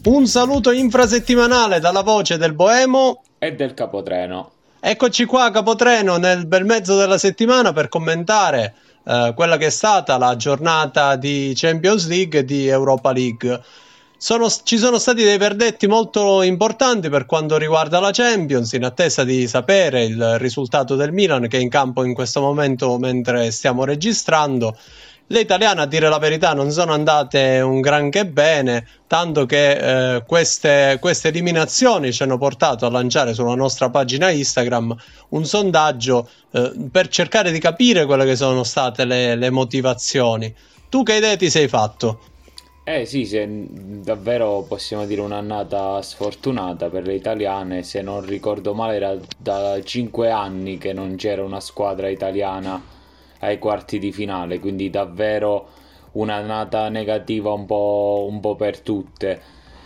Un saluto infrasettimanale dalla voce del Boemo. E del capotreno. Eccoci qua, Capotreno, nel bel mezzo della settimana per commentare quella che è stata la giornata di Champions League e di Europa League. Ci sono stati dei verdetti molto importanti per quanto riguarda la Champions, in attesa di sapere il risultato del Milan che è in campo in questo momento mentre stiamo registrando. Le italiane, a dire la verità, non sono andate un granché bene, tanto che queste eliminazioni ci hanno portato a lanciare sulla nostra pagina Instagram un sondaggio per cercare di capire quelle che sono state le motivazioni. Tu che idee ti sei fatto? Sì, davvero possiamo dire un'annata sfortunata per le italiane. Se non ricordo male, era da 5 anni che non c'era una squadra italiana ai quarti di finale, quindi davvero un'annata negativa un po' per tutte.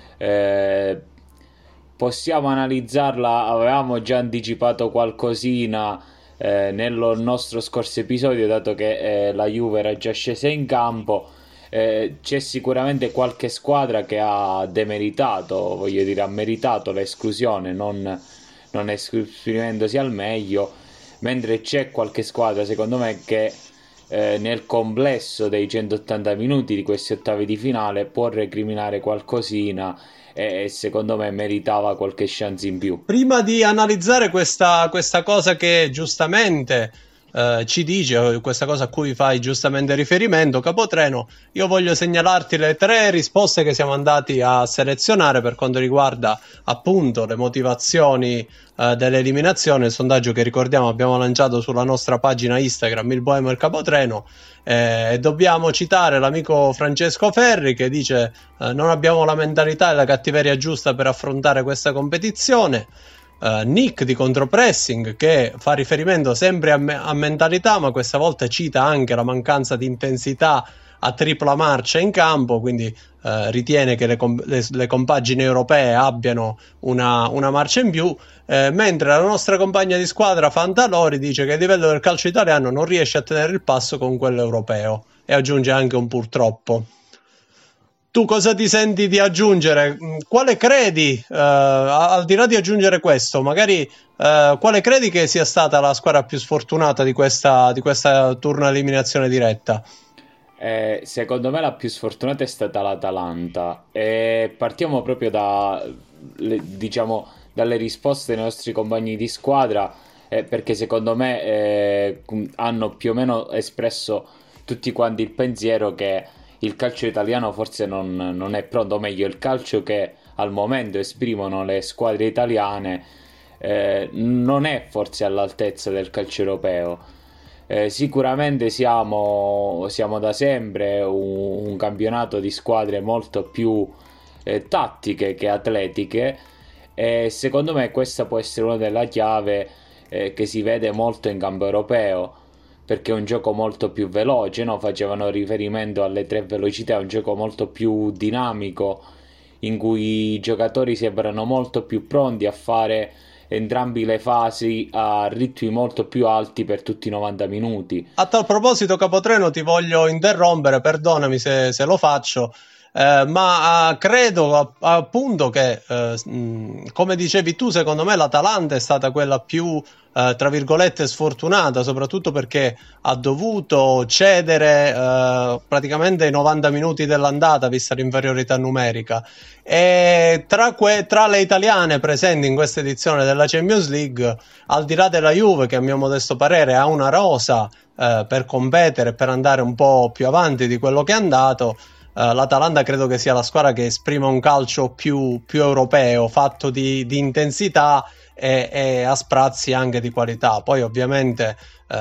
Eh, Possiamo analizzarla, avevamo già anticipato qualcosina nel nostro scorso episodio, dato che la Juve era già scesa in campo. C'è sicuramente qualche squadra che ha demeritato, voglio dire, ha meritato l'esclusione, non esprimendosi al meglio, mentre c'è qualche squadra, secondo me, che nel complesso dei 180 minuti di questi ottavi di finale può recriminare qualcosina e secondo me meritava qualche chance in più. Prima di analizzare questa cosa che giustamente ci dice, questa cosa a cui fai giustamente riferimento, Capotreno, io voglio segnalarti le tre risposte che siamo andati a selezionare per quanto riguarda appunto le motivazioni dell'eliminazione, il sondaggio che ricordiamo abbiamo lanciato sulla nostra pagina Instagram, il Boemo e il Capotreno. E dobbiamo citare l'amico Francesco Ferri che dice non abbiamo la mentalità e la cattiveria giusta per affrontare questa competizione. Nick di Contropressing che fa riferimento sempre a mentalità, ma questa volta cita anche la mancanza di intensità a tripla marcia in campo, quindi ritiene che le compagini europee abbiano una marcia in più, mentre la nostra compagna di squadra Fantalori dice che il livello del calcio italiano non riesce a tenere il passo con quello europeo e aggiunge anche un purtroppo. Tu cosa ti senti di aggiungere? Quale credi, al di là di aggiungere questo, magari quale credi che sia stata la squadra più sfortunata di questa turno eliminazione diretta? Secondo me la più sfortunata è stata l'Atalanta e partiamo proprio diciamo, dalle risposte dei nostri compagni di squadra, perché secondo me hanno più o meno espresso tutti quanti il pensiero che il calcio italiano forse non è pronto, o meglio il calcio che al momento esprimono le squadre italiane non è forse all'altezza del calcio europeo. Sicuramente siamo da sempre un campionato di squadre molto più tattiche che atletiche e secondo me questa può essere una delle chiavi che si vede molto in campo europeo, perché è un gioco molto più veloce, no? Facevano riferimento alle tre velocità, è un gioco molto più dinamico in cui i giocatori sembrano molto più pronti a fare entrambi le fasi a ritmi molto più alti per tutti i 90 minuti. A tal proposito, Capotreno, ti voglio interrompere, perdonami se lo faccio, ma credo appunto che, come dicevi tu, secondo me l'Atalanta è stata quella più, tra virgolette, sfortunata, soprattutto perché ha dovuto cedere praticamente i 90 minuti dell'andata, vista l'inferiorità numerica. E tra le italiane presenti in questa edizione della Champions League, al di là della Juve, che a mio modesto parere ha una rosa per competere, per andare un po' più avanti di quello che è andato, l'Atalanta credo che sia la squadra che esprime un calcio più europeo, fatto di intensità e a sprazzi anche di qualità. Poi ovviamente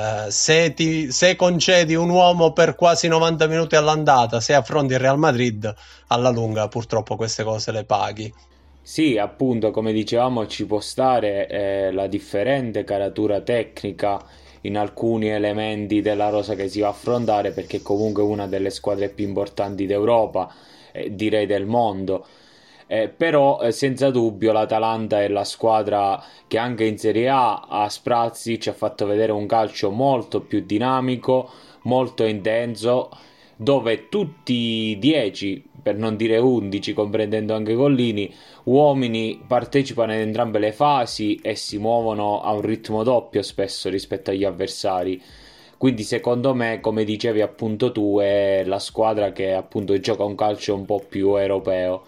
se concedi un uomo per quasi 90 minuti all'andata, se affronti il Real Madrid, alla lunga purtroppo queste cose le paghi. Sì, appunto, come dicevamo, ci può stare la differente caratura tecnica in alcuni elementi della rosa che si va a affrontare, perché comunque è una delle squadre più importanti d'Europa, direi del mondo. Però senza dubbio l'Atalanta è la squadra che anche in Serie A sprazzi ci ha fatto vedere un calcio molto più dinamico, molto intenso, dove tutti i 10, per non dire 11, comprendendo anche Collini, uomini partecipano in entrambe le fasi e si muovono a un ritmo doppio spesso rispetto agli avversari. Quindi secondo me, come dicevi appunto tu, è la squadra che appunto gioca un calcio un po' più europeo.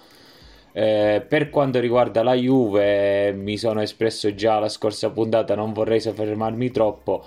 Per quanto riguarda la Juve, mi sono espresso già la scorsa puntata, non vorrei soffermarmi troppo.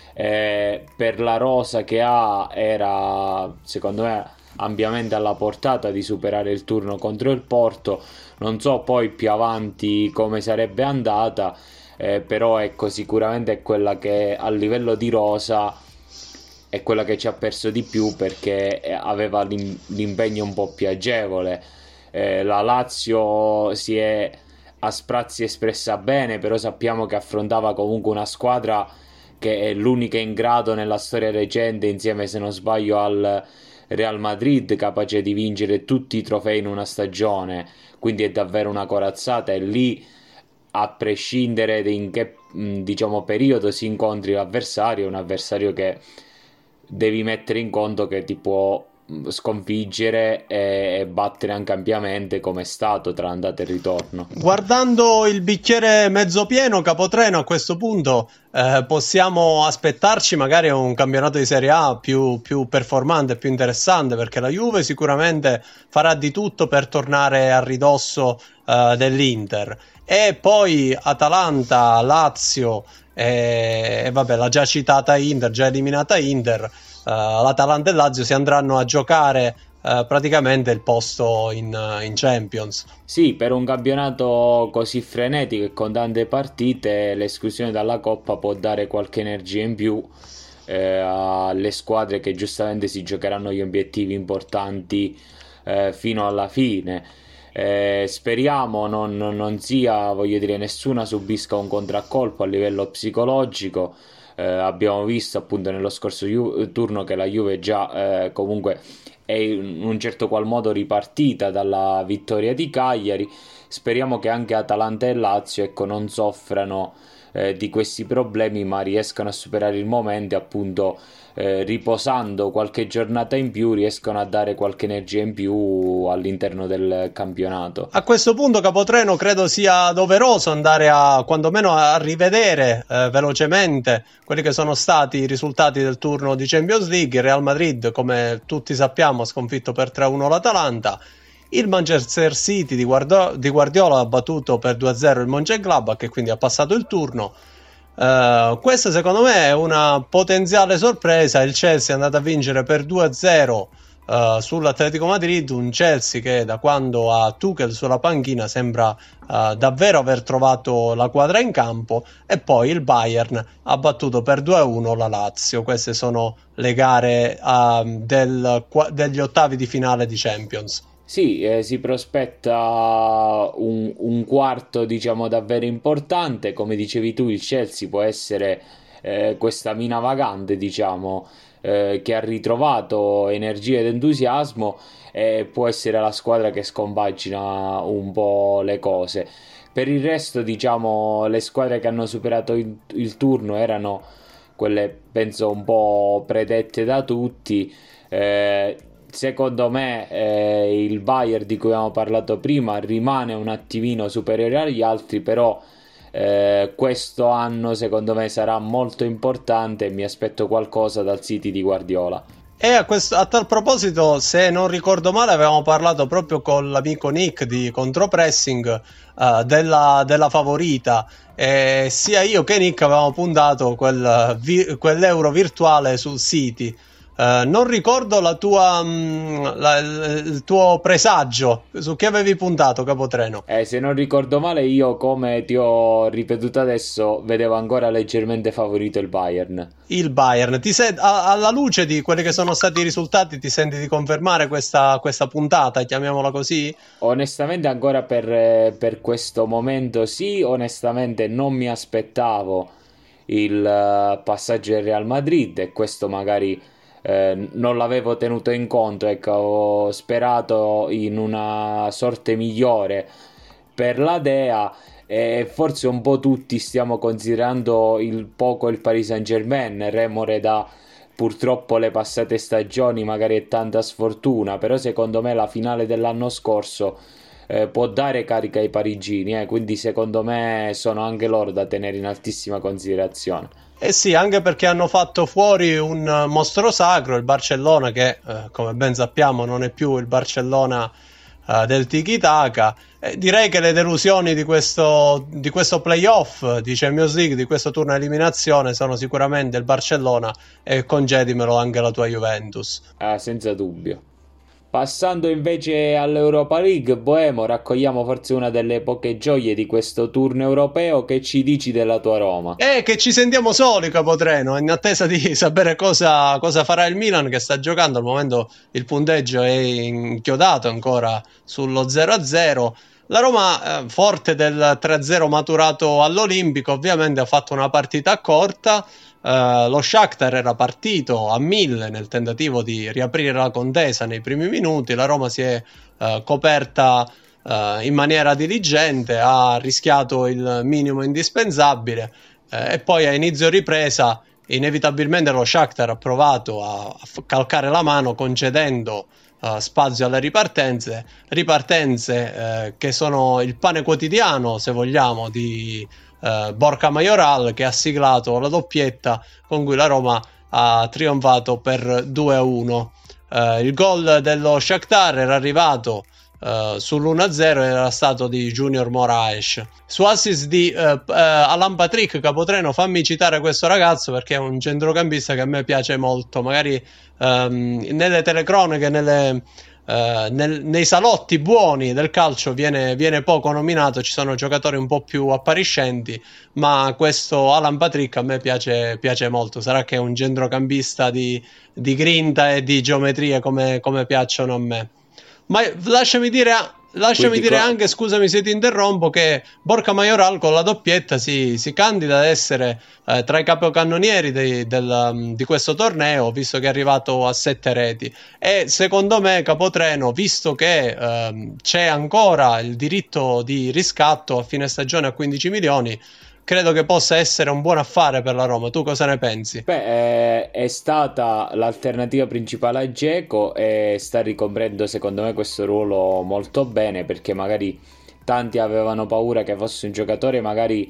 Per la rosa che ha, era secondo me ampiamente alla portata di superare il turno contro il Porto. Non so poi più avanti come sarebbe andata, però ecco, sicuramente è quella che a livello di rosa è quella che ci ha perso di più perché aveva l'impegno un po' più agevole. La Lazio si è a sprazzi espressa bene, però sappiamo che affrontava comunque una squadra che è l'unica in grado nella storia recente, insieme se non sbaglio al Real Madrid, capace di vincere tutti i trofei in una stagione, quindi è davvero una corazzata e lì, a prescindere da in che diciamo periodo si incontri l'avversario, è un avversario che devi mettere in conto che ti può sconfiggere e battere anche ampiamente, come è stato tra andata e ritorno. Guardando il bicchiere mezzo pieno, Capotreno, a questo punto possiamo aspettarci magari un campionato di Serie A più performante, più interessante, perché la Juve sicuramente farà di tutto per tornare a ridosso dell'Inter. E poi Atalanta, Lazio e vabbè, la già citata Inter, già eliminata Inter, l'Atalanta e Lazio si andranno a giocare praticamente il posto in Champions. Sì, per un campionato così frenetico e con tante partite, l'esclusione dalla Coppa può dare qualche energia in più alle squadre che giustamente si giocheranno gli obiettivi importanti fino alla fine. Speriamo non sia, voglio dire, nessuna subisca un contraccolpo a livello psicologico. Abbiamo visto appunto nello scorso turno che la Juve già comunque è in un certo qual modo ripartita dalla vittoria di Cagliari. Speriamo che anche Atalanta e Lazio, ecco, non soffrano di questi problemi, ma riescano a superare il momento e appunto riposando qualche giornata in più riescono a dare qualche energia in più all'interno del campionato. A questo punto, Capotreno, credo sia doveroso andare a quantomeno a rivedere velocemente quelli che sono stati i risultati del turno di Champions League. Il Real Madrid, come tutti sappiamo, ha sconfitto per 3-1 l'Atalanta. Il Manchester City di Guardiola ha battuto per 2-0 il Mönchengladbach, che quindi ha passato il turno. Questa secondo me è una potenziale sorpresa. Il Chelsea è andato a vincere per 2-0 sull'Atletico Madrid, un Chelsea che da quando ha Tuchel sulla panchina sembra davvero aver trovato la quadra in campo. E poi il Bayern ha battuto per 2-1 la Lazio. Queste sono le gare degli ottavi di finale di Champions. Sì, si prospetta un quarto, diciamo, davvero importante. Come dicevi tu, il Chelsea può essere questa mina vagante, diciamo, che ha ritrovato energia ed entusiasmo e può essere la squadra che scompagina un po' le cose. Per il resto, diciamo, le squadre che hanno superato il turno erano quelle, penso, un po' predette da tutti. Secondo me il Bayern di cui abbiamo parlato prima rimane un attimino superiore agli altri, però questo anno secondo me sarà molto importante e mi aspetto qualcosa dal City di Guardiola. E a tal proposito, se non ricordo male, avevamo parlato proprio con l'amico Nick di Contropressing della favorita. E sia io che Nick avevamo puntato quell'euro virtuale sul City. Non ricordo il tuo presagio su che avevi puntato, Capotreno. Se non ricordo male, io come ti ho ripetuto adesso, vedevo ancora leggermente favorito il Bayern. Il Bayern, alla luce di quelli che sono stati i risultati, ti senti di confermare questa puntata, chiamiamola così? Onestamente ancora per questo momento sì, onestamente non mi aspettavo il passaggio del Real Madrid e questo magari non l'avevo tenuto in conto, ecco, ho sperato in una sorte migliore per la Dea e forse un po' tutti stiamo considerando il Paris Saint-Germain, remore da purtroppo le passate stagioni magari è tanta sfortuna, però secondo me la finale dell'anno scorso può dare carica ai parigini, quindi secondo me sono anche loro da tenere in altissima considerazione. Eh sì, anche perché hanno fatto fuori un mostro sacro, il Barcellona, che come ben sappiamo non è più il Barcellona del tiki-taka. Direi che le delusioni di questo playoff di Champions League, di questo turno eliminazione, sono sicuramente il Barcellona e concedimelo anche la tua Juventus. Ah, senza dubbio. Passando invece all'Europa League, Boemo, raccogliamo forse una delle poche gioie di questo turno europeo. Che ci dici della tua Roma? Che ci sentiamo soli, Capotreno, in attesa di sapere cosa farà il Milan che sta giocando. Al momento il punteggio è inchiodato ancora sullo 0-0. La Roma, forte del 3-0 maturato all'Olimpico, ovviamente ha fatto una partita corta. Lo Shakhtar era partito a 1000 nel tentativo di riaprire la contesa nei primi minuti. La Roma si è coperta in maniera diligente, ha rischiato il minimo indispensabile e poi a inizio ripresa inevitabilmente lo Shakhtar ha provato a calcare la mano concedendo spazio alle ripartenze che sono il pane quotidiano, se vogliamo, di Borca Majoral, che ha siglato la doppietta con cui la Roma ha trionfato per 2-1. Il gol dello Shakhtar era arrivato sull'1-0, era stato di Junior Moraes su assist di Alan Patrick. Capotreno, fammi citare questo ragazzo perché è un centrocampista che a me piace molto. Magari nelle telecronache, nei salotti buoni del calcio viene poco nominato, ci sono giocatori un po' più appariscenti, ma questo Alan Patrick a me piace molto. Sarà che è un centrocampista di grinta e di geometrie come piacciono a me. Ma lasciami dire anche, scusami se ti interrompo, che Borca Majoral con la doppietta si candida ad essere tra i capocannonieri di questo torneo, visto che è arrivato a 7 reti. E secondo me, Capotreno, visto che c'è ancora il diritto di riscatto a fine stagione a 15 milioni, credo che possa essere un buon affare per la Roma. Tu cosa ne pensi? Beh, è stata l'alternativa principale a Dzeko e sta ricoprendo secondo me questo ruolo molto bene, perché magari tanti avevano paura che fosse un giocatore magari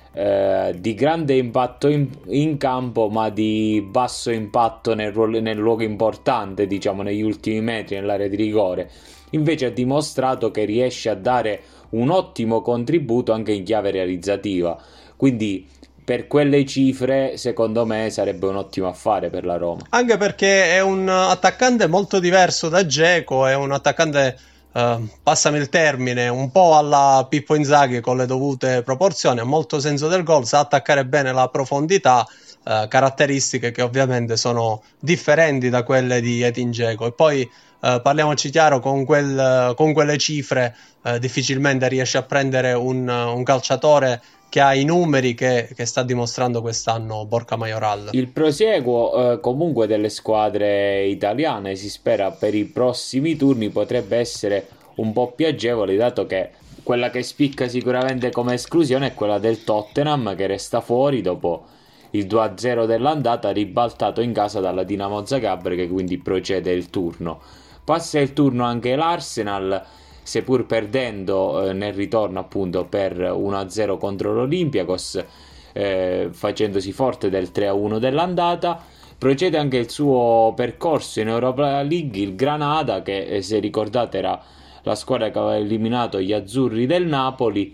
di grande impatto in campo, ma di basso impatto nel luogo importante, diciamo negli ultimi metri nell'area di rigore. Invece ha dimostrato che riesce a dare un ottimo contributo anche in chiave realizzativa, quindi per quelle cifre secondo me sarebbe un ottimo affare per la Roma. Anche perché è un attaccante molto diverso da Dzeko, è un attaccante, passami il termine, un po' alla Pippo Inzaghi con le dovute proporzioni, ha molto senso del gol, sa attaccare bene la profondità, caratteristiche che ovviamente sono differenti da quelle di Edin Dzeko. E poi parliamoci chiaro, con quelle cifre difficilmente riesce a prendere un calciatore che ha i numeri che sta dimostrando quest'anno Borca Majoral. Il prosieguo comunque delle squadre italiane si spera per i prossimi turni potrebbe essere un po' più agevole, dato che quella che spicca sicuramente come esclusione è quella del Tottenham, che resta fuori dopo il 2-0 dell'andata ribaltato in casa dalla Dinamo Zagreb, che quindi procede il turno. Passa il turno anche l'Arsenal, seppur perdendo nel ritorno appunto per 1-0 contro l'Olympiakos, facendosi forte del 3-1 dell'andata. Procede anche il suo percorso in Europa League il Granada, che se ricordate era la squadra che aveva eliminato gli azzurri del Napoli,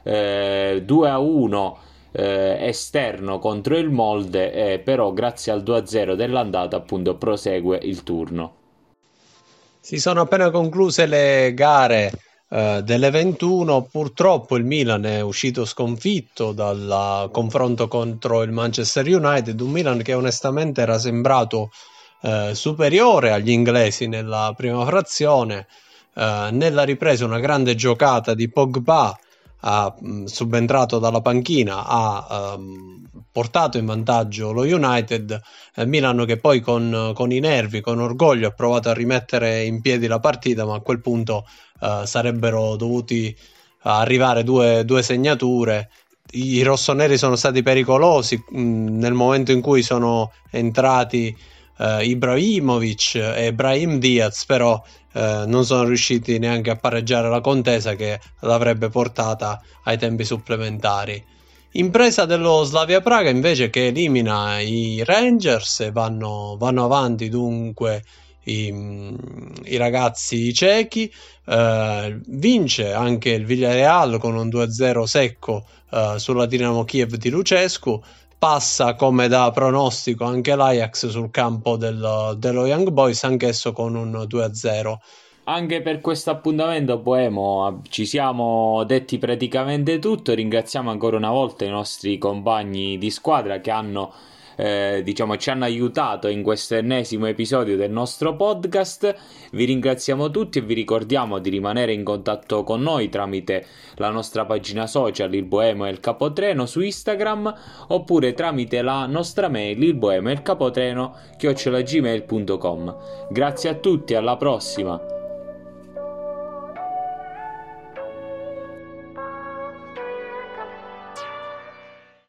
2-1 esterno contro il Molde, però grazie al 2-0 dell'andata appunto prosegue il turno. Si sono appena concluse le gare delle 21. Purtroppo il Milan è uscito sconfitto dal confronto contro il Manchester United, un Milan che onestamente era sembrato superiore agli inglesi nella prima frazione. Nella ripresa una grande giocata di Pogba, subentrato dalla panchina, ha portato in vantaggio lo United. Milan che poi con i nervi, con orgoglio ha provato a rimettere in piedi la partita, ma a quel punto sarebbero dovuti arrivare due segnature. i rossoneri sono stati pericolosi nel momento in cui sono entrati Ibrahimovic e Brahim Diaz, però non sono riusciti neanche a pareggiare la contesa che l'avrebbe portata ai tempi supplementari. Impresa dello Slavia Praga invece, che elimina i Rangers e vanno avanti dunque i ragazzi cechi. Vince anche il Villarreal con un 2-0 secco sulla Dinamo Kiev di Lucescu. Passa come da pronostico anche l'Ajax sul campo dello Young Boys, anch'esso con un 2-0. Anche per questo appuntamento, Boemo, ci siamo detti praticamente tutto. Ringraziamo ancora una volta i nostri compagni di squadra che ci hanno aiutato in questo ennesimo episodio del nostro podcast. Vi ringraziamo tutti e vi ricordiamo di rimanere in contatto con noi tramite la nostra pagina social Il Boemo e il Capotreno su Instagram, oppure tramite la nostra mail ilboemoeilcapotreno@gmail.com. Grazie a tutti, alla prossima!